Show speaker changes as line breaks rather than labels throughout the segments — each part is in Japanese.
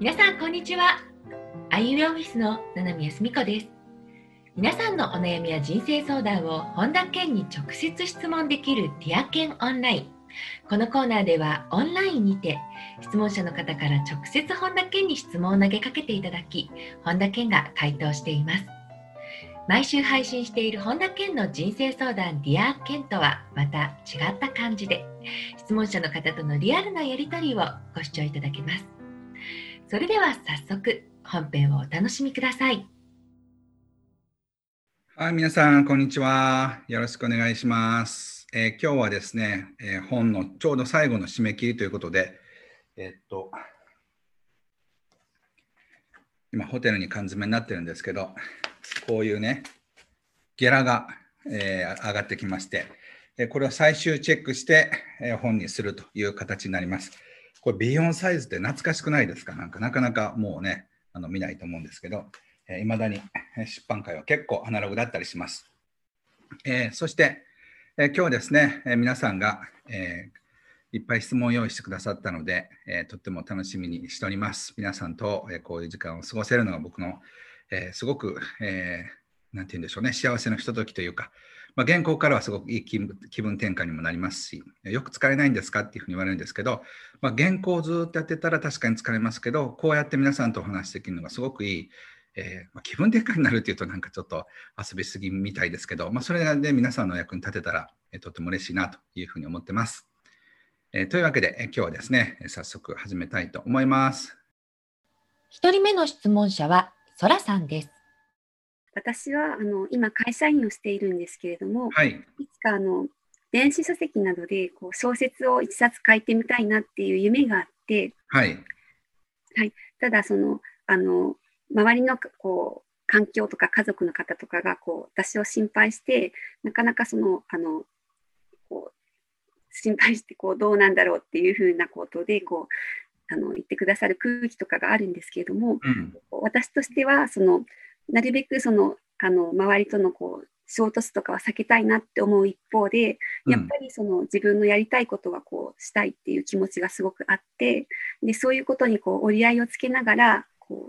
皆さんこんにちは。あいうえオフィスの七海康美子です。皆さんのお悩みや人生相談を本田健に直接質問できるディア健オンライン。このコーナーではオンラインにて質問者の方から直接本田健に質問を投げかけていただき、本田健が回答しています。毎週配信している本田健の人生相談ディア健とはまた違った感じで、質問者の方とのリアルなやり取りをご視聴いただけます。それでは早速本編をお楽しみください。
はい、皆さんこんにちは。よろしくお願いします。今日はですね、本のちょうど最後の締め切りということで、今ホテルに缶詰になってるんですけど、こういうねゲラが、上がってきまして、これを最終チェックして、本にするという形になります。これ B4 サイズって懐かしくないですか？なかなかもうね見ないと思うんですけど、いまだに出版界は結構アナログだったりします。そして、今日ですね、皆さんが、いっぱい質問を用意してくださったので、とっても楽しみにしております。皆さんと、こういう時間を過ごせるのが僕の、すごく、なんて言うんでしょうね、幸せのひとときというか、原稿からはすごくいい気分転換にもなりますし、よく疲れないんですかっていうふうに言われるんですけど、原稿をずっとやってたら確かに疲れますけど、こうやって皆さんとお話しできるのがすごくいい、気分転換になるっていうとなんかちょっと遊びすぎみたいですけど、それで皆さんの役に立てたら、とても嬉しいなというふうに思ってます。というわけで、今日はですね、早速始めたいと思います。
1人目の質問者はそらさんです。
私は今会社員をしているんですけれども、
はい、
いつか電子書籍などで小説を一冊書いてみたいなっていう夢があって、
はい、
はい、ただ周りの環境とか家族の方とかが私を心配して、なかなか心配してどうなんだろうっていうふうなことで言ってくださる空気とかがあるんですけれども、私としてはなるべく周りとの衝突とかは避けたいなって思う一方で、やっぱり自分のやりたいことはしたいっていう気持ちがすごくあって、でそういうことに折り合いをつけながら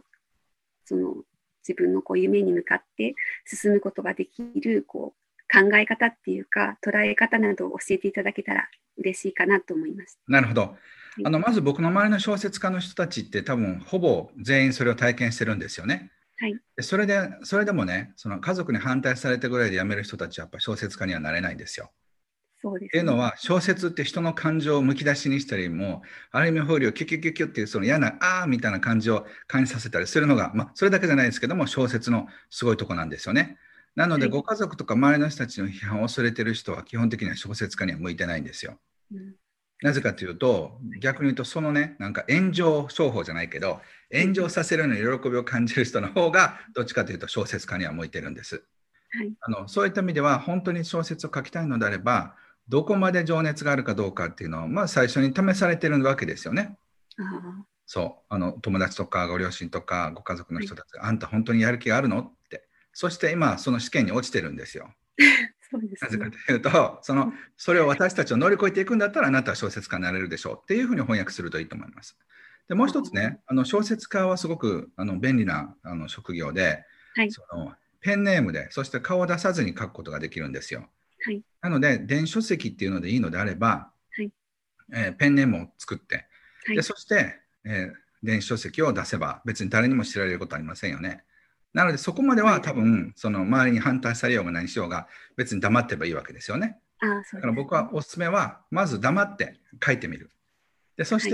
自分の夢に向かって進むことができる考え方っていうか捉え方などを教えていただけたら嬉しいかなと思います。
なるほど。まず僕の周りの小説家の人たちって多分ほぼ全員それを体験してるんですよね。
はい、
それでもね、その家族に反対されてぐらいで辞める人たちはやっぱ小説家にはなれないんですよ。
そうですね。
っていうのは、小説って人の感情をむき出しにしたりも、ある意味風流キュキュキュキュっていうその嫌なあーみたいな感じを感じさせたりするのが、それだけじゃないですけども、小説のすごいとこなんですよね。なので、ご家族とか周りの人たちの批判を恐れてる人は基本的には小説家には向いてないんですよ。なぜかというと、逆に言うとそのね、なんか炎上商法じゃないけど、炎上させるのに喜びを感じる人の方がどっちかというと小説家には向いてるんです。
はい、
そういった意味では本当に小説を書きたいのであれば、どこまで情熱があるかどうかっていうのを、最初に試されてるわけですよね。そう友達とかご両親とかご家族の人たちが、あんた本当にやる気があるのって。そして今その試験に落ちてるんですよ。
そうですね、
なぜかというとそれを私たちを乗り越えていくんだったら、あなたは小説家になれるでしょうっていうふうに翻訳するといいと思います。でもう一つね、小説家はすごく便利な職業で、
はい、
ペンネームで、そして顔を出さずに書くことができるんですよ。
はい、
なので電子書籍っていうのでいいのであれば、
はい、
ペンネームを作って、
はい、
でそして、電子書籍を出せば別に誰にも知られることはありませんよね。なのでそこまでは多分その周りに反対されようが何しようが別に黙ってばいいわけですよね。だから僕はおすすめはまず黙って書いてみる。でそして、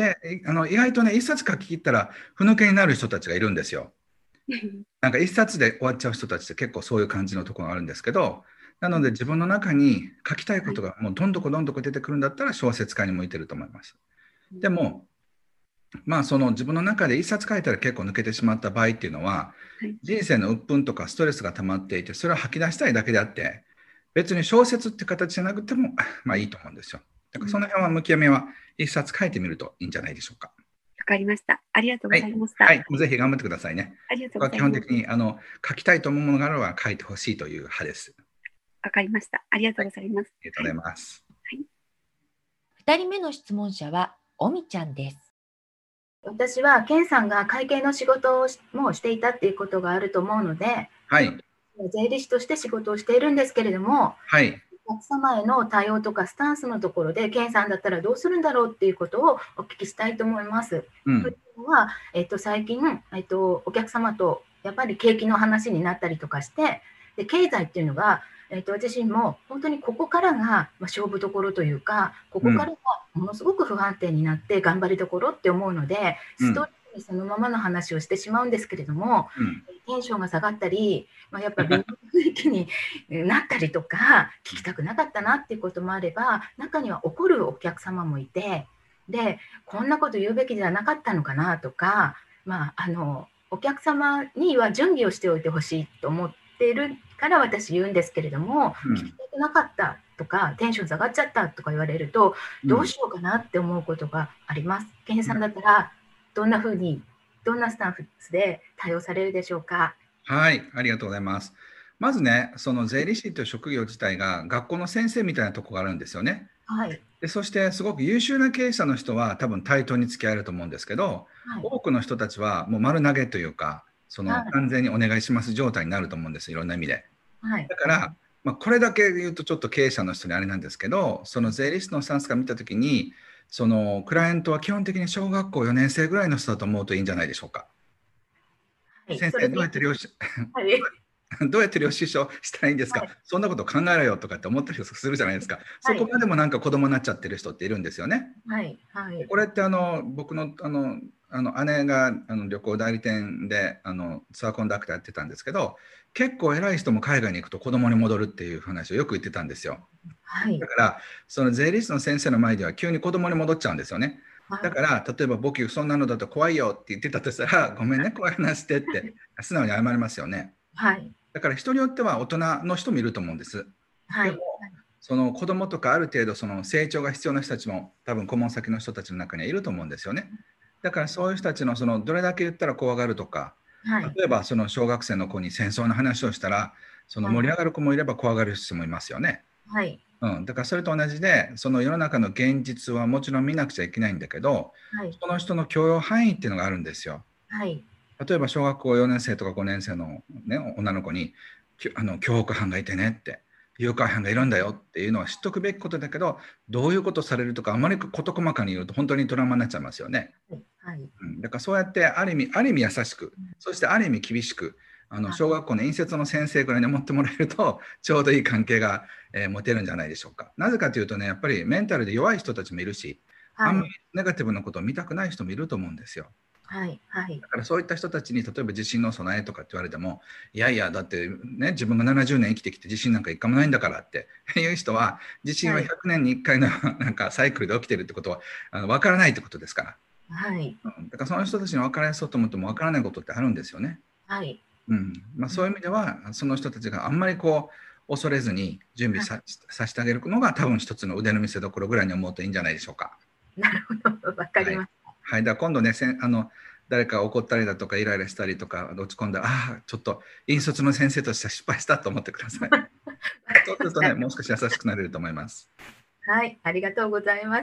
意外とね一冊書き切ったらふぬけになる人たちがいるんですよ。なんか一冊で終わっちゃう人たちって結構そういう感じのところがあるんですけど、なので自分の中に書きたいことがもうどんどこ出てくるんだったら小説家に向いてると思います。でもその自分の中で一冊書いたら結構抜けてしまった場合っていうのは、人生の鬱憤とかストレスが溜まっていて、それを吐き出したいだけであって、別に小説って形じゃなくてもいいと思うんですよ。だからその辺は向き合いは一冊書いてみるといいんじゃないでしょうか。
わかりました。ありがとうございました。
はい、ぜひ頑張ってくださいね。
ありがとうございます。
基本的に書きたいと思うものがあれば書いてほしいという派です。
わかりました。ありがとうございます。
ありがとうございます。
2人目の質問者はおみちゃんです。
私は健さんが会計の仕事をもしていたっていうことがあると思うので、
はい。
税理士として仕事をしているんですけれども、
はい。
お客様への対応とかスタンスのところで、健さんだったらどうするんだろうっていうことをお聞きしたいと思います。というのは、最近、お客様とやっぱり景気の話になったりとかして、で経済っていうのが、私自身も本当にここからが勝負どころというか、ここからがものすごく不安定になって頑張りどころって思うので、ストレスにそのままの話をしてしまうんですけれども、テンションが下がったり、やっぱり微妙な雰囲気になったりとか、聞きたくなかったなっていうこともあれば、中には怒るお客様もいて、でこんなこと言うべきじゃなかったのかなとか、お客様には準備をしておいてほしいと思っているから私言うんですけれども、聞きたくなかったとかテンション下がっちゃったとか言われると、どうしようかなって思うことがあります。健さんだったらどんな風に、どんなスタンスで対応されるでしょうか。
はい、ありがとうございます。まずね、その税理士という職業自体が学校の先生みたいなところがあるんですよね。
はい、
でそしてすごく優秀な経営者の人は多分対等に付き合えると思うんですけど、はい、多くの人たちはもう丸投げというか、その完全にお願いします状態になると思うんです、いろんな意味で。はい、だから、これだけ言うとちょっと経営者の人にあれなんですけど、その税理士のスタンスから見たときに、そのクライアントは基本的に小学校4年生ぐらいの人だと思うといいんじゃないでしょうか。はい、先生、どうやってどうやって領収書したらいいんですか、はい、そんなこと考えろよとかって思ったりするじゃないですか、はい、そこまでもなんか子供になっちゃってる人っているんですよね。はいはい、これって僕の姉が旅行代理店でツアーコンダクターやってたんですけど、結構偉い人も海外に行くと子供に戻るっていう話をよく言ってたんですよ。はい、だからその税理士の先生の前では急に子供に戻っちゃうんですよね。だから例えば僕そんなのだと怖いよって言ってたとしたら、ごめんね怖い話してって素直に謝りますよね。はい、だから人によっては大人の人もいると思うんです。はい、でもその子供とかある程度その成長が必要な人たちも多分顧問先の人たちの中にはいると思うんですよね。だからそういう人たちのそのどれだけ言ったら怖がるとか、はい、例えばその小学生の子に戦争の話をしたらその盛り上がる子もいれば怖がる人もいますよね。はいだからそれと同じで、その世の中の現実はもちろん見なくちゃいけないんだけど、はい、その人の許容範囲っていうのがあるんですよ。はい例えば小学校4年生とか5年生の、ね、女の子に凶悪犯がいてねって、誘拐犯がいるんだよっていうのは知っておくべきことだけど、どういうことされるとかあまり事細かに言うと本当にトラウマになっちゃいますよね。はいだからそうやってある意味優しく、そしてある意味厳しく小学校の引率の先生ぐらいに思ってもらえるとちょうどいい関係が、持てるんじゃないでしょうか。なぜかというとね、やっぱりメンタルで弱い人たちもいるし、あんまりネガティブなことを見たくない人もいると思うんですよ。はいはい、だからそういった人たちに例えば地震の備えとかって言われても、いやいやだってね自分が70年生きてきて地震なんか一回もないんだからっていう人は、地震は100年に1回のなんかサイクルで起きてるってことは分からないってことですから、はいだからその人たちに分からそうと思っても分からないことってあるんですよね。はいそういう意味ではその人たちがあんまりこう恐れずに準備させてあげるのが多分一つの腕の見せ所ぐらいに思うといいんじゃないでしょうか。
なるほど、分かりました。
はい、だから今度ね誰か怒ったりだとかイライラしたりとか落ち込んだら、ちょっと引率の先生として失敗したと思ってください。そうするとね、もう少し優しくなれると思います。
はい、ありがとうございます。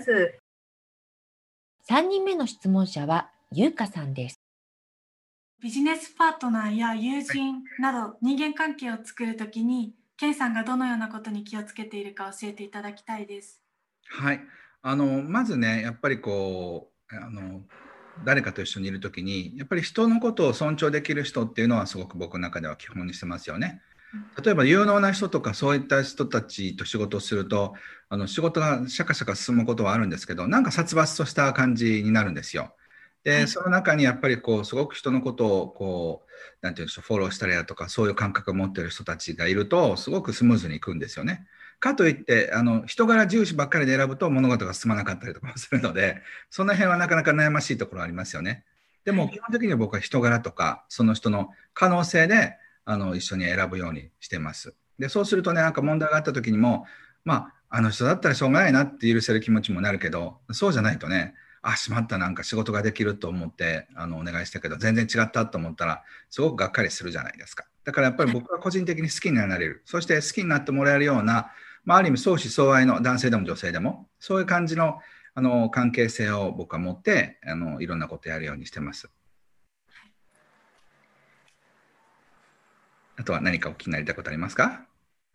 3人目の質問者はゆうかさんです。
ビジネスパートナーや友人など人間関係を作るときに、ケンさんがどのようなことに気をつけているか教えていただきたいです。
はい、まずね、やっぱりこう誰かと一緒にいるときにやっぱり人のことを尊重できる人っていうのはすごく僕の中では基本にしてますよね。例えば有能な人とかそういった人たちと仕事をすると仕事がシャカシャカ進むことはあるんですけど、なんか殺伐とした感じになるんですよ。でその中にやっぱりこうすごく人のことをこうなんていうんでしょう、フォローしたりだとかそういう感覚を持っている人たちがいるとすごくスムーズにいくんですよね。かといって人柄重視ばっかりで選ぶと物事が進まなかったりとかもするので、その辺はなかなか悩ましいところありますよね。でも基本的には僕は人柄とかその人の可能性で一緒に選ぶようにしてます。でそうするとね、なんか問題があった時にもあの人だったらしょうがないなって許せる気持ちもなるけど、そうじゃないとね、しまった、なんか仕事ができると思ってお願いしたけど全然違ったと思ったらすごくがっかりするじゃないですか。だからやっぱり僕は個人的に好きになれる、そして好きになってもらえるような、ある意味相思相愛の男性でも女性でもそういう感じの関係性を僕は持っていろんなことをやるようにしてます。あとは何かお聞きになりたいことありますか？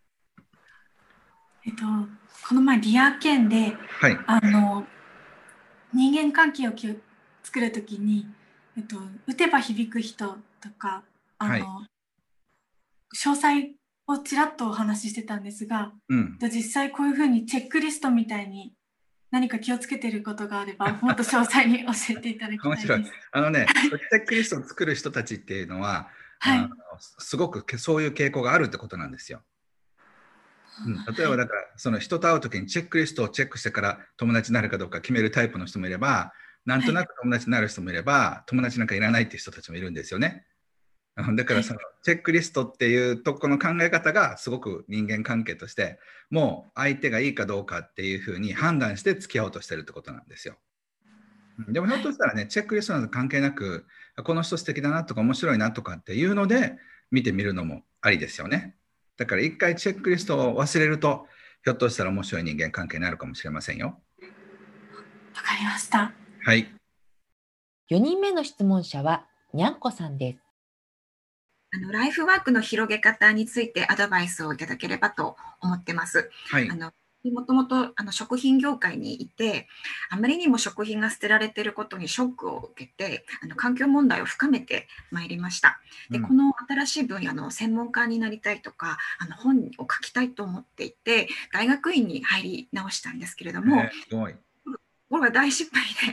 この前リア研で、
はい、
人間関係を作るときに、打てば響く人とか
はい、
詳細をちらっとお話ししてたんですが、
うん、
実際こういうふうにチェックリストみたいに何か気をつけていることがあればもっと詳細に教えていただきたいです。
面白い。チェックリストを作る人たちっていうのは、
はい、
すごくそういう傾向があるってことなんですよ。例えばだからその人と会うときにチェックリストをチェックしてから友達になるかどうか決めるタイプの人もいれば、なんとなく友達になる人もいれば、友達なんかいらないっていう人たちもいるんですよね。だからそのチェックリストっていうとこの考え方がすごく人間関係としてもう相手がいいかどうかっていうふうに判断して付き合おうとしてるってことなんですよ。でもひょっとしたらね、チェックリストなど関係なく、この人素敵だなとか面白いなとかっていうので見てみるのもありですよね。だから一回チェックリストを忘れると、ひょっとしたら面白い人間関係になるかもしれませんよ。
わかりました。
はい。
4人目の質問者はにゃんこさんです。
ライフワークの広げ方についてアドバイスをいただければと思ってます。
はい。
もともと食品業界にいて、あまりにも食品が捨てられていることにショックを受けて、環境問題を深めてまいりました。で、この新しい分野の専門家になりたいとか、本を書きたいと思っていて、大学院に入り直したんですけれども、
すごい。
これは大失敗で、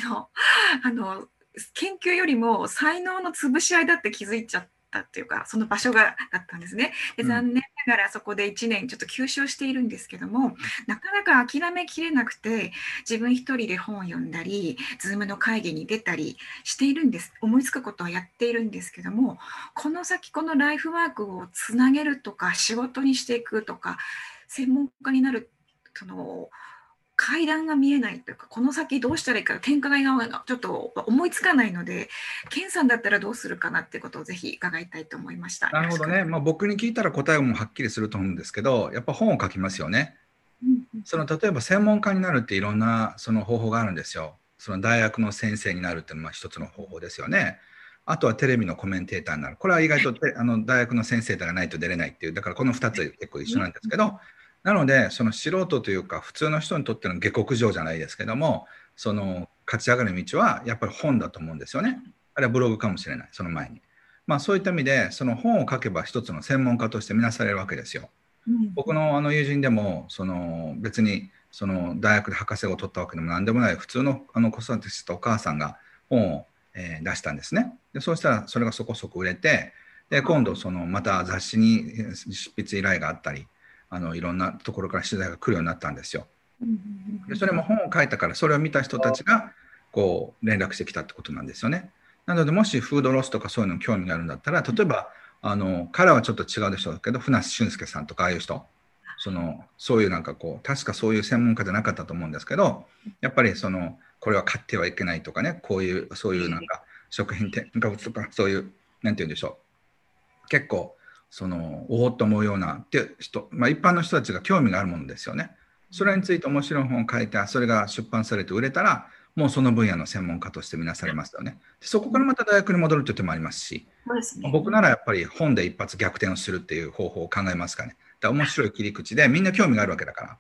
研究よりも才能の潰し合いだって気づいちゃったっていうか、その場所がだったんですね。で、残念ながらそこで1年ちょっと休止しているんですけども、なかなか諦めきれなくて、自分一人で本を読んだり、Zoom の会議に出たりしているんです。思いつくことはやっているんですけども、この先このライフワークをつなげるとか、仕事にしていくとか、専門家になる、階段が見えないというか、この先どうしたらいいか、展開がちょっと思いつかないので、ケンさんだったらどうするかなっていうことをぜひ伺いたいと思いました。
なるほどね。僕に聞いたら答えもはっきりすると思うんですけど、やっぱ本を書きますよね。例えば専門家になるっていろんなその方法があるんですよ。その大学の先生になるっていうのは一つの方法ですよね。あとはテレビのコメンテーターになる。これは意外と大学の先生でがないと出れないっていう、だからこの2つ結構一緒なんですけど、なのでその素人というか普通の人にとっての下克上じゃないですけども、その勝ち上がる道はやっぱり本だと思うんですよね。あるいはブログかもしれない、その前に。そういった意味でその本を書けば一つの専門家として見なされるわけですよ。僕の友人でも別に大学で博士号を取ったわけでも何でもない普通の子育てしたお母さんが本を、出したんですね。でそうしたらそれがそこそこ売れて、で今度また雑誌に執筆依頼があったり、いろんなところから取材が来るようになったんですよ。でそれも本を書いたから、それを見た人たちがこう連絡してきたってことなんですよね。なのでもしフードロスとかそういうのに興味があるんだったら、例えば彼はちょっと違うでしょうけど、船津俊介さんとかああいう人、そういう確かそういう専門家じゃなかったと思うんですけど、やっぱりこれは買ってはいけないとかね、そういう食品添加物とか、そういうなんて言うんでしょう、結構おおっと思うような人、一般の人たちが興味があるものですよね。それについて面白い本を書いて、それが出版されて売れたら、もうその分野の専門家として見なされますよね。そこからまた大学に戻るという手もありますし、僕ならやっぱり本で一発逆転をするっていう方法を考えますからね。だから面白い切り口でみんな興味があるわけだから。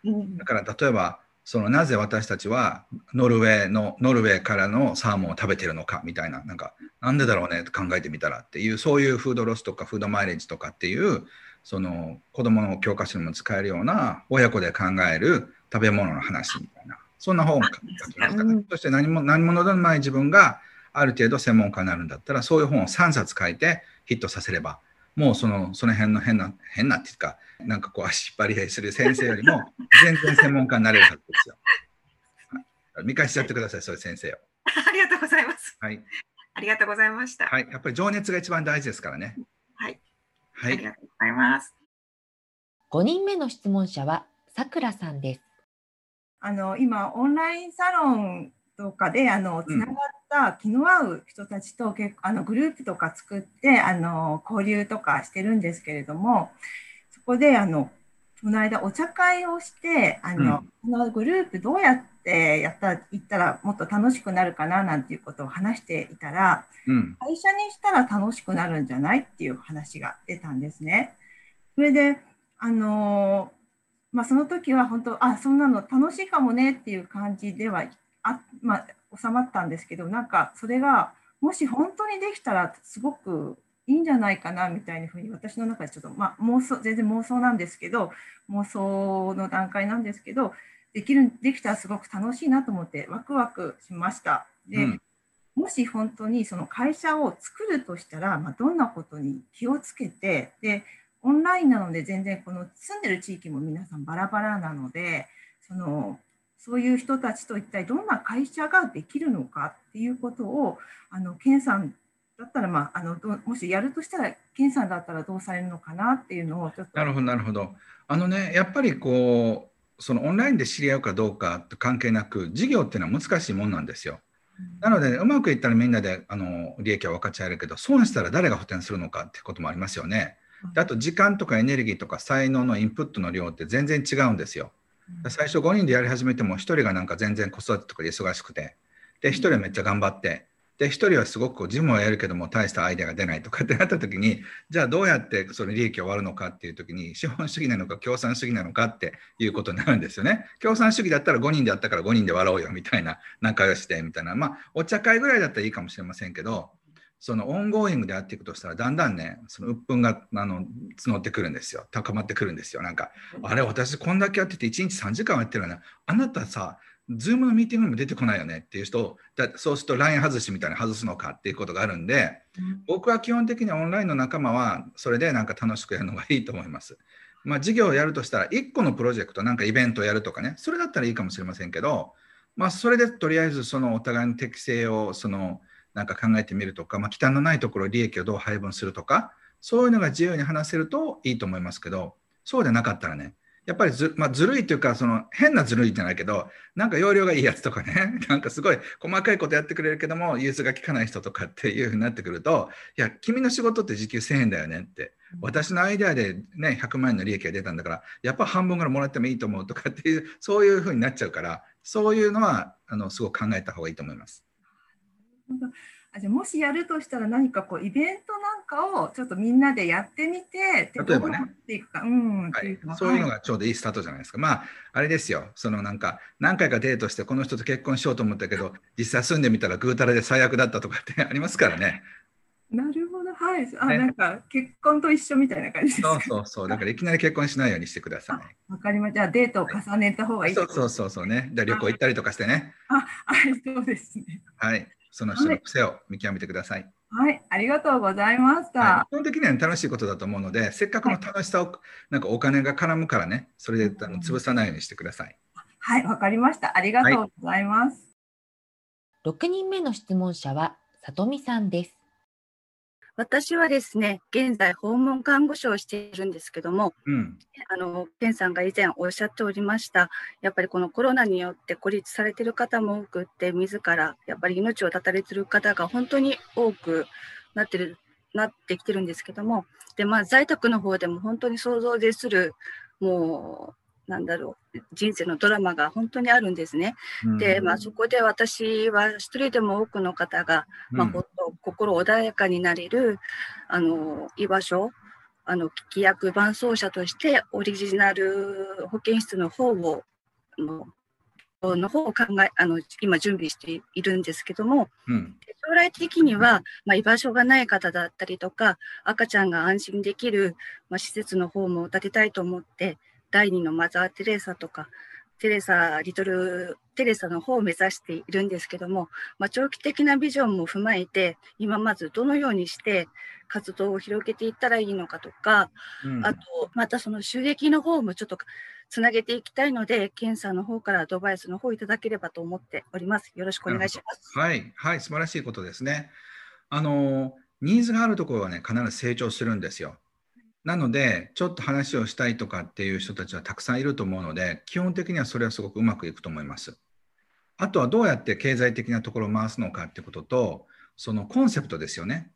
だから例えばなぜ私たちはノルウェーからのサーモンを食べてるのかみたいな、なんでだろうねと考えてみたらっていう、そういうフードロスとかフードマイレージとかっていう子どもの教科書にも使えるような親子で考える食べ物の話みたいな、そんな本を書きましたね。そして何者でもない自分がある程度専門家になるんだったら、そういう本を3冊書いてヒットさせれば、もうその辺の変なっていうか、足引っ張り合いする先生よりも全然専門家になれるはずですよ。見返しちゃってください、そういう先生を。
ありがとうございます。
はい。
ありがとうございました。
はい、やっぱり情熱が一番大事ですからね。
はい。
はい。
ありがとうございます。
5人目の質問者はさくらさんです。
今オンラインサロンとかでつながった気の合う人たちとグループとか作って交流とかしてるんですけれども、そこでこの間お茶会をして、このグループどうやって行ったらもっと楽しくなるかななんていうことを話していたら、会社にしたら楽しくなるんじゃないっていう話が出たんですね。それで、その時は本当、そんなの楽しいかもねっていう感じでは収まったんですけど、なんかそれがもし本当にできたらすごくいいんじゃないかなみたいなふうに私の中でちょっと、全然妄想なんですけど、妄想の段階なんですけど、できたらすごく楽しいなと思ってワクワクしました。で、もし本当にその会社を作るとしたら、どんなことに気をつけて、でオンラインなので全然この住んでる地域も皆さんバラバラなので、そういう人たちと一体どんな会社ができるのかっていうことを健さんだったら、もしやるとしたら健さんだったらどうされるのかなっていうのをちょっと。
なるほどなるほど。やっぱりそのオンラインで知り合うかどうかと関係なく事業っていうのは難しいもんなんですよ。なのでうまくいったらみんなで利益は分かち合えるけど、損したら誰が補填するのかっていうこともありますよね。であと時間とかエネルギーとか才能のインプットの量って全然違うんですよ。最初5人でやり始めても1人がなんか全然子育てとかで忙しくて、で1人はめっちゃ頑張って、で1人はすごく事務はやるけども大したアイデアが出ないとかってなった時に、じゃあどうやってその利益を割るのかっていう時に、資本主義なのか共産主義なのかっていうことになるんですよね。共産主義だったら5人でやったから5人で割ろうよみたいな、仲良しでみたいな、お茶会ぐらいだったらいいかもしれませんけど、そのオンゴーイングでやっていくとしたら、だんだんね、その鬱憤が募ってくるんですよ。高まってくるんですよ。なんか、あれ、私こんだけやってて1日3時間やってるよね。あなたさ、ズームのミーティングにも出てこないよねっていう人を、そうすると LINE 外しみたいに外すのかっていうことがあるんで、僕は基本的にオンラインの仲間はそれでなんか楽しくやるのがいいと思います。事業をやるとしたら1個のプロジェクト、なんかイベントをやるとかね、それだったらいいかもしれませんけど、それでとりあえずそのお互いの適性をなんか考えてみるとか、忌憚のないところ利益をどう配分するとか、そういうのが自由に話せるといいと思いますけど、そうでなかったらね、やっぱりずるいというか、変なずるいじゃないけど、なんか要領がいいやつとかね、なんかすごい細かいことやってくれるけども融通が利かない人とかっていうふうになってくると、いや君の仕事って時給1000円だよねって、私のアイデアでね100万円の利益が出たんだから、やっぱ半分ぐらいもらってもいいと思うとかっていう、そういうふうになっちゃうから、そういうのはすごく考えた方がいいと思います。
じゃあもしやるとしたら何かイベントなんかをちょっとみんなでやってみて、
例えばね、そういうのがちょうどいいスタートじゃないですか。あれですよ、なんか何回かデートしてこの人と結婚しようと思ったけど、実際住んでみたらぐうたらで最悪だったとかってありますからね。
なるほど、はい。なんか結婚と一緒みたいな感じですか。
そう。だからいきなり結婚しないようにしてください。
わかりました。じゃあデートを重ねた方がいい。
そうね。で旅行行ったりとかしてね。
はい、そうですね。
はい。その人の癖を見極めてください。
はい、ありがとうございました。
基本的には楽しいことだと思うので、せっかくの楽しさを、なんかお金が絡むからね、それで潰さないようにしてください。
はい、わかりました。ありがとうございます。
6人目の質問者は、さとみさんです。
私はですね、現在訪問看護師をしているんですけども、健さんが以前おっしゃっておりました、やっぱりこのコロナによって孤立されている方も多くって、自らやっぱり命を絶たれている方が本当に多くなってきてるんですけども、で在宅の方でも本当に想像を絶するもう人生のドラマが本当にあるんですね。で、そこで私は一人でも多くの方が、ほんと心穏やかになれる居場所、聞き役伴走者としてオリジナル保健室の方を今準備しているんですけども、将来的には、居場所がない方だったりとか、赤ちゃんが安心できる、施設の方も建てたいと思って、第2のマザー・テレサとかリトル・テレサの方を目指しているんですけども、長期的なビジョンも踏まえて、今まずどのようにして活動を広げていったらいいのかとか、あとまたその収益の方もちょっとつなげていきたいので、健さんの方からアドバイスの方をいただければと思っております。よろしくお願いします。
はい、素晴らしいことですね。ニーズがあるところはね、必ず成長するんですよ。なので、ちょっと話をしたいとかっていう人たちはたくさんいると思うので、基本的にはそれはすごくうまくいくと思います。あとはどうやって経済的なところを回すのかってことと、そのコンセプトですよね。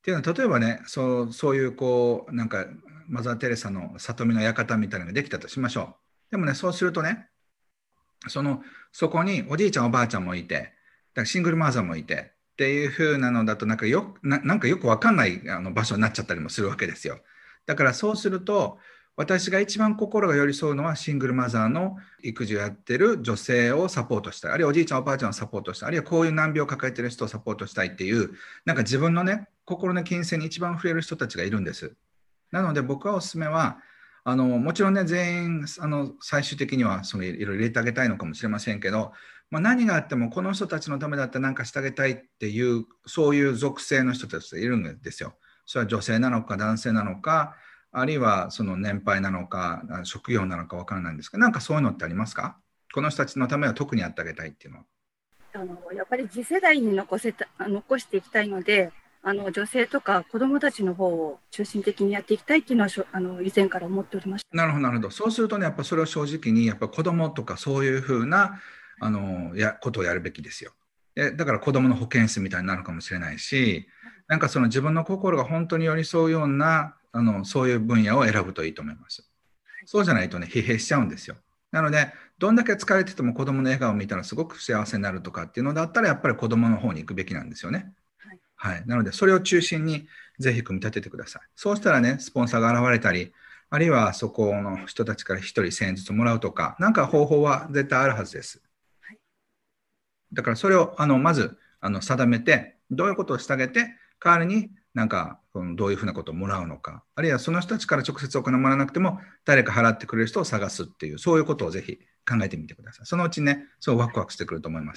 っていうのは、例えばね、そういうこう、なんかマザー・テレサの里見の館みたいなのができたとしましょう。でもね、そうするとね、そこにおじいちゃん、おばあちゃんもいて、だからシングルマザーもいてっていう風なのだと、なんかよくわかんない場所になっちゃったりもするわけですよ。だからそうすると、私が一番心が寄り添うのはシングルマザーの育児をやってる女性をサポートしたい、あるいはおじいちゃんおばあちゃんをサポートしたい、あるいはこういう難病を抱えてる人をサポートしたいっていう、なんか自分のね、心の金銭に一番触れる人たちがいるんです。なので僕はおすすめは、もちろんね、全員最終的にはいろいろ入れてあげたいのかもしれませんけど、何があってもこの人たちのためだったら何かしてあげたいっていう、そういう属性の人たちがいるんですよ。それは女性なのか男性なのか、あるいはその年配なのか職業なのか分からないんですけど、なんかそういうのってありますか？この人たちのためは特にやってあげたいっていうのは。
やっぱり次世代に残していきたいので、女性とか子どもたちの方を中心的にやっていきたいっていうのは以前から思っておりました。
なるほど、なるほど。そうするとね、やっぱそれを正直にやっぱ子どもとかそういうふうなことをやるべきですよ。だから子どもの保健室みたいになるかもしれないし、なんか自分の心が本当に寄り添うようなそういう分野を選ぶといいと思います。そうじゃないとね、疲弊しちゃうんですよ。なので、どんだけ疲れてても子どもの笑顔を見たらすごく幸せになるとかっていうのだったら、やっぱり子どもの方に行くべきなんですよね。はい。なので、それを中心にぜひ組み立ててください。そうしたらね、スポンサーが現れたり、あるいはそこの人たちから1人1000円ずつもらうとか、なんか方法は絶対あるはずです。だからそれをまず定めて、どういうことをしてあげて、代わりになんかどういうふうなことをもらうのか、あるいはその人たちから直接お金をもらわなくても、誰か払ってくれる人を探すっていう、そういうことをぜひ考えてみてください。そのうちね、そうワクワクしてくると思います。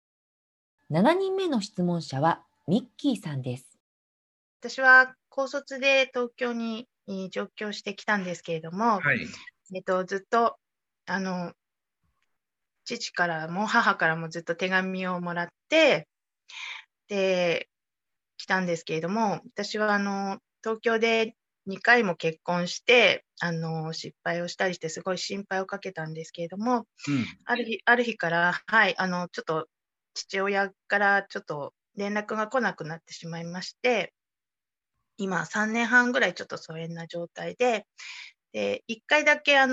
7人目の質問者はミッキーさんです。
私は高卒で東京に上京してきたんですけれども、
はい、
ずっと父からも母からもずっと手紙をもらってで来たんですけれども、私は東京で2回も結婚して失敗をしたりしてすごい心配をかけたんですけれども、ある日から、はい、ちょっと父親からちょっと連絡が来なくなってしまいまして、今3年半ぐらいちょっと疎遠な状態で、1回だけ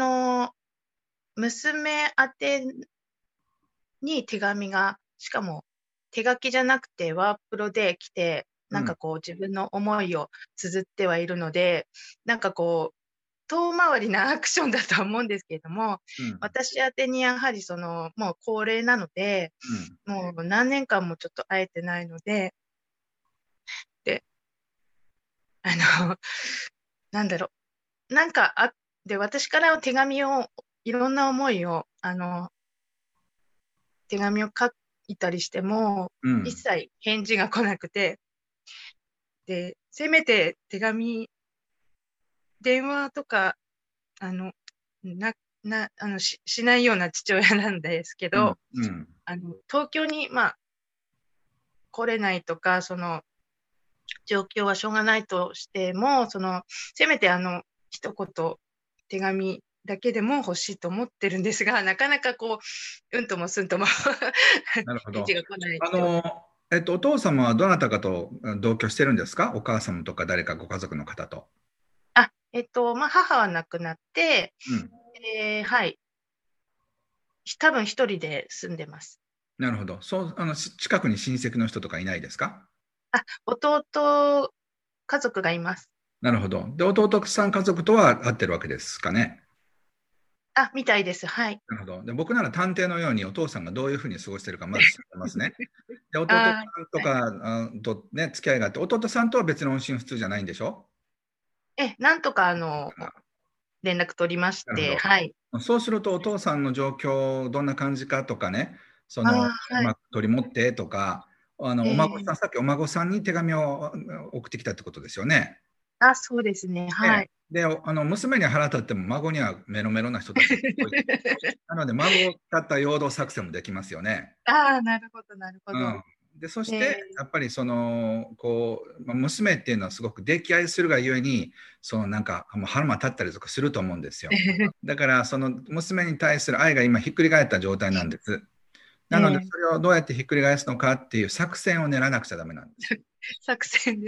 娘宛てに手紙が、しかも手書きじゃなくてワープロで来て、なんかこう自分の思いを綴ってはいるので、なんかこう遠回りなアクションだとは思うんですけれども、私宛てにやはりもう高齢なので、もう何年間もちょっと会えてないので、で、なんだろう、なんかで、私から手紙を、いろんな思いを、手紙を書いたりしても、一切返事が来なくて、で、せめて電話とか、しないような父親なんですけど、東京に、来れないとか、状況はしょうがないとしても、せめて一言手紙だけでも欲しいと思ってるんですが、なかなかうんともすんとも返事が来ない。
お父様はどなたかと同居してるんですか？お母様とか誰かご家族の方と。
母は亡くなって、はい。多分一人で住んでます。
なるほど。近くに親戚の人とかいないですか？
弟、家族がいます。
なるほど。で、弟さん家族とは会ってるわけですかね？
みたいです。はい。
なるほど。で、僕なら探偵のようにお父さんがどういうふうに過ごしているかまず知ってますね。で、弟さんとかとね、付き合いがあって、弟さんとは別の音信不通じゃないんでしょ？
なんとか連絡取りまして、はい。
そうするとお父さんの状況どんな感じかとかね、うまく取り持ってとか、お孫さん、さっきお孫さんに手紙を送ってきたってことですよね。
そうですね。はい。
で、娘に腹立っても孫にはメロメロな人たちなので、孫を使った陽動作戦もできますよね。
なるほど、なるほど。
で、そして、やっぱり娘っていうのはすごく溺愛するがゆえに、なんかもう腹間立ったりとかすると思うんですよ。だから、娘に対する愛が今ひっくり返った状態なんです。なので、それをどうやってひっくり返すのかっていう作戦を練らなくちゃダメなんです。
作戦ですか。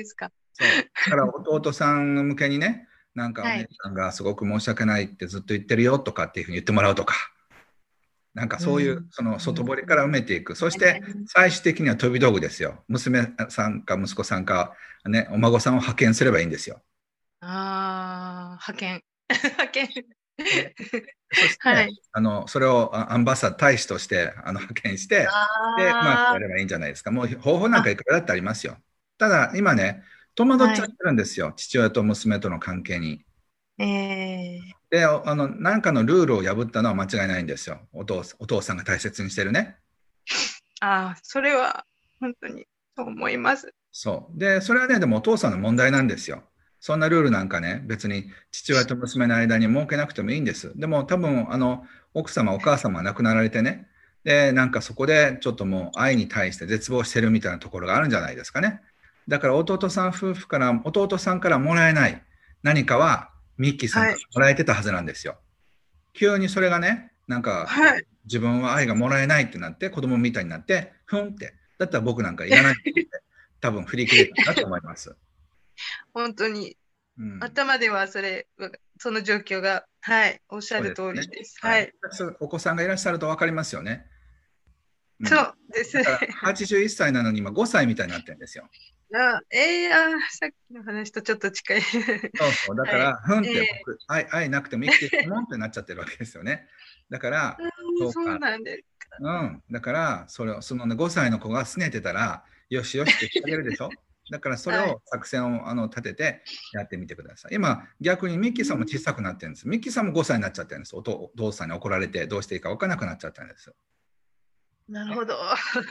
そうだから弟さん向けにね、なんかお姉さんがすごく申し訳ないってずっと言ってるよとかっていうふうに言ってもらうとか、なんかそういうその外堀から埋めていく。そして最終的には飛び道具ですよ。娘さんか息子さんか、ね、お孫さんを派遣すればいいんですよ。
派遣。派遣。
そして、はい、それをアンバサダー大使として派遣して、で、うまくやればいいんじゃないですか。もう方法なんかいくらだってありますよ。ただ、今ね、戸惑っちゃってるんですよ。はい、父親と娘との関係に。で、なんかのルールを破ったのは間違いないんですよ。お父さんが大切にしてるね。
それは本当にそう思います。
そう。で、それはね、でもお父さんの問題なんですよ。そんなルールなんかね、別に父親と娘の間に設けなくてもいいんです。でも多分、奥様、お母様が亡くなられてね、で、なんかそこでちょっともう愛に対して絶望してるみたいなところがあるんじゃないですかね。だから弟さんからもらえない何かはミッキーさんからもらえてたはずなんですよ。急にそれがね、なんか、自分は愛がもらえないってなって、子供みたいになって、ふんって、だったら僕なんかいらないって多分振り切れたんだと思います。
本当に、頭ではその状況が、おっしゃる通りです。
お子さんがいらっしゃると分かりますよね。
そうですね。
81歳なのに今5歳みたいになってるんですよ。
さっきの話とちょっと近い。
そうだから、ふんって僕、愛なくても生きていくもんってなっちゃってるわけですよね。だから、
そうなんですか。
だから、その5歳の子が拗ねてたら、よしよしって言ってあげるでしょ。だからそれを作戦を立ててやってみてください。今、逆にミッキーさんも小さくなってるんです。ミッキーさんも5歳になっちゃってるんです。お父さんに怒られてどうしていいか分からなくなっちゃったんです。
なるほど。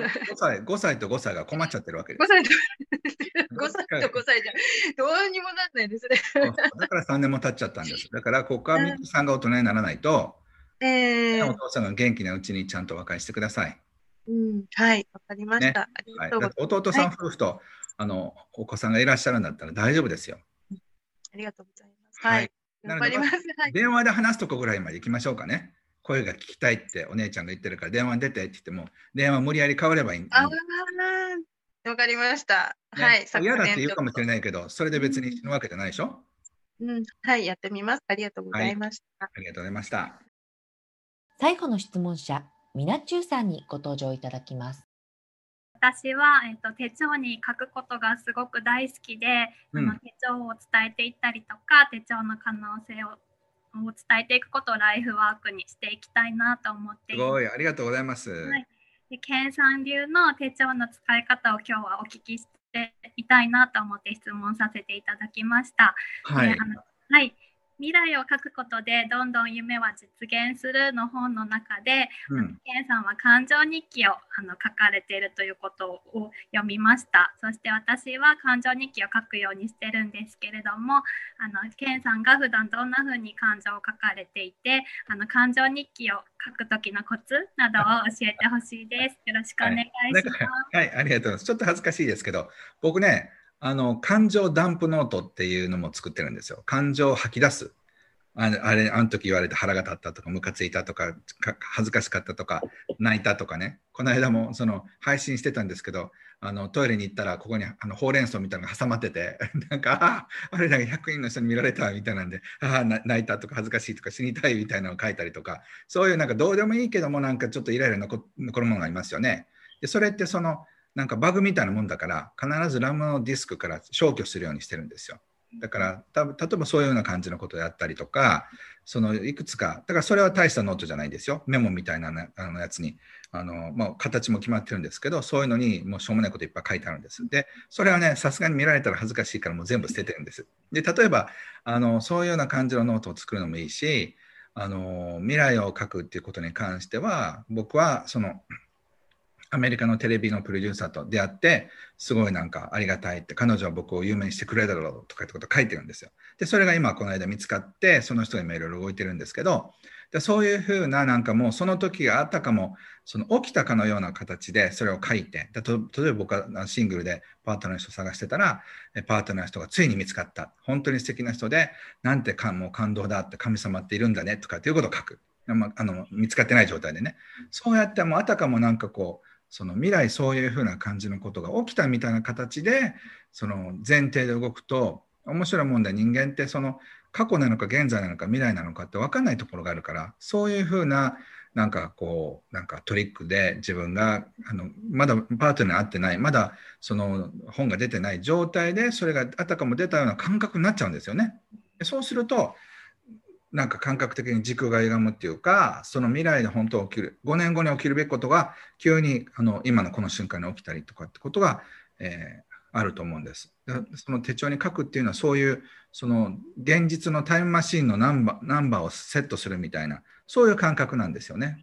5歳と5歳が困っちゃってるわけです。
5歳と5歳じゃどうにもなんないですね。
だから3年も経っちゃったんです。だからここはミッキーさんが大人にならないと、お父さんが元気なうちにちゃんと和解してください。
はい、わかりました。
弟さん夫婦とお子さんがいらっしゃるんだったら大丈夫ですよ。
ありがとうございます。はい。頑張ります。
電話で話すとこぐらいまで行きましょうかね。声が聞きたいってお姉ちゃんが言ってるから電話に出てって言っても電話無理やり変わればいいんです。
わかりました。はい。
嫌だって言うかもしれないけど、それで別に死ぬわけじゃないでしょ。
はい、やってみます。ありがとうございました。
ありがとうございました。
最後の質問者、みなちゅうさんにご登場いただきます。
私は、手帳に書くことがすごく大好きで、手帳を伝えていったりとか、手帳の可能性を伝えていくことをライフワークにしていきたいなと思っています。
すごい、ありがとうございます。
ケンさん流の手帳の使い方を今日はお聞きしていたいなと思って質問させていただきました。未来を書くことでどんどん夢は実現するの本の中で、ケンさんは感情日記を書かれているということを読みました。そして私は感情日記を書くようにしてるんですけれども、ケンさんが普段どんな風に感情を書かれていて、感情日記を書く時のコツなどを教えてほしいです。よろしくお願いします。
はい、ありがとうございます。ちょっと恥ずかしいですけど、僕ね、感情ダンプノートっていうのも作ってるんですよ。感情を吐き出す。あの時言われて腹が立ったとかムカついたとか恥ずかしかったとか泣いたとかね。この間も配信してたんですけど、トイレに行ったらここにほうれん草みたいなのが挟まっててなんかあれだけ100人の人に見られたみたいなんで泣いたとか恥ずかしいとか死にたいみたいなのを書いたりとか、そういうなんかどうでもいいけどもなんかちょっとイライラ残るものがありますよね。でそれってなんかバグみたいなもんだから必ずラムのディスクから消去するようにしてるんですよ。だから例えばそういうような感じのことをやったりとか、いくつかだからそれは大したノートじゃないんですよ。メモみたいなやつに形も決まってるんですけど、そういうのにもうしょうもないこといっぱい書いてあるんです。でそれはねさすがに見られたら恥ずかしいからもう全部捨ててるんです。で例えばそういうような感じのノートを作るのもいいし、未来を書くっていうことに関しては僕はアメリカのテレビのプロデューサーと出会ってすごいなんかありがたいって、彼女は僕を有名にしてくれるだろうとかってことを書いてるんですよ。でそれが今この間見つかってその人が今いろいろ動いてるんですけど、でそういうふうななんかもうその時があったかも起きたかのような形でそれを書いて、例えば僕はシングルでパートナーの人を探してたらパートナーの人がついに見つかった、本当に素敵な人でなんてもう感動だって、神様っているんだねとかっていうことを書く、見つかってない状態でね、そうやってもうあたかもなんかその未来そういうふうな感じのことが起きたみたいな形でその前提で動くと面白いもんで、人間ってその過去なのか現在なのか未来なのかって分かんないところがあるから、そういうふうななんかこうなんかトリックで自分がまだパートナーに会ってない、まだその本が出てない状態でそれがあたかも出たような感覚になっちゃうんですよね。そうするとなんか感覚的に軸が歪むっていうか、その未来で本当起きる5年後に起きるべきことが急に今のこの瞬間に起きたりとかってことが、あると思うんです。その手帳に書くっていうのはそういうその現実のタイムマシーンのナンバーをセットするみたいな、そういう感覚なんですよね。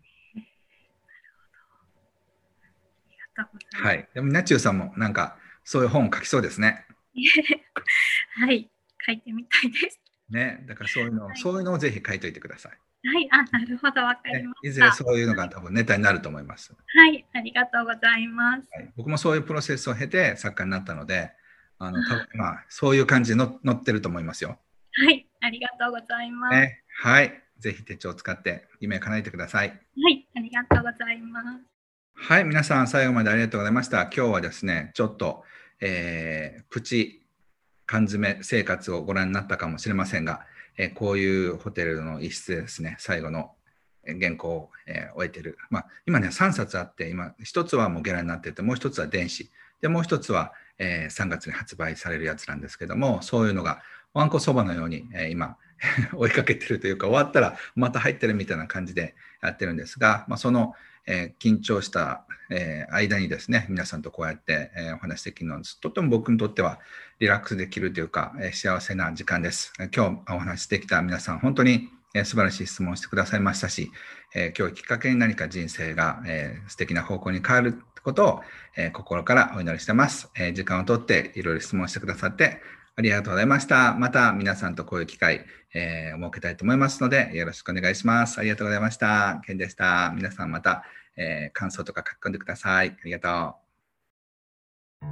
はい。でもナチューさんもなんかそういう本を書きそうですね。
はい、書いてみたいです。
ね、だからそういうのをぜひ書いといてください。
はい、なるほど、わかりました。
いずれそういうのが多分ネタになると思います。
はい、ありがとうございます。
はい、僕もそういうプロセスを経て作家になったので、多分そういう感じで載ってると思いますよ。
はい、ありがとうございます。
はい、ぜひ手帳を使って夢を叶えてください。
はい、ありがとうございます。
はい、皆さん最後までありがとうございました。今日はですね、ちょっと、プチ缶詰生活をご覧になったかもしれませんが、こういうホテルの一室でですね、最後の原稿を、終えている。今ね、3冊あって、今、1つはもうゲラになっていて、もう1つは電子。で、もう1つは、3月に発売されるやつなんですけども、そういうのが、わんこそばのように、今、追いかけてるというか、終わったらまた入ってるみたいな感じでやってるんですが、その、緊張した、間にですね、皆さんとこうやって、お話できるのは、とても僕にとってはリラックスできるというか、幸せな時間です。今日お話しできた皆さん、本当に素晴らしい質問をしてくださいましたし、今日きっかけに何か人生が、素敵な方向に変わることを、心からお祈りしています。時間をとっていろいろ質問してくださってありがとうございました。また皆さんとこういう機会、設けたいと思いますので、よろしくお願いします。ありがとうございました。ケンでした。皆さんまた、感想とか書き込んでください。ありがとう。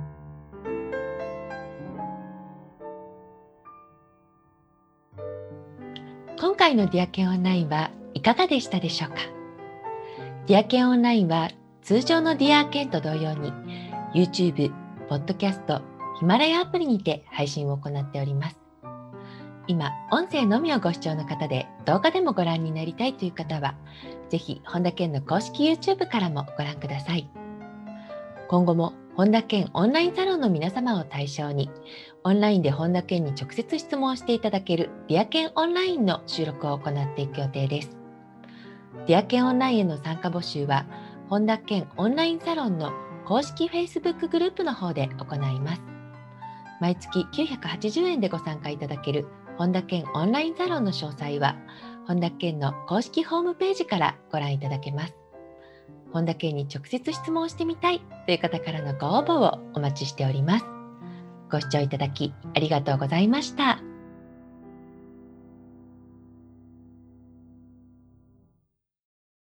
今回のディアケンオンラインはいかがでしたでしょうか。ディアケンオンラインは通常のディアケンと同様に YouTube、Podcast、ヒマラヤアプリにて配信を行っております。今、音声のみをご視聴の方で動画でもご覧になりたいという方は、ぜひ本田健の公式 YouTube からもご覧ください。今後も本田健オンラインサロンの皆様を対象に、オンラインで本田健に直接質問していただけるディアケンオンラインの収録を行っていく予定です。ディアケンオンラインへの参加募集は、本田健オンラインサロンの公式 Facebook グループの方で行います。毎月980円でご参加いただける本田健オンラインサロンの詳細は、本田健の公式ホームページからご覧いただけます。本田健に直接質問してみたいという方からのご応募をお待ちしております。ご視聴いただきありがとうございました。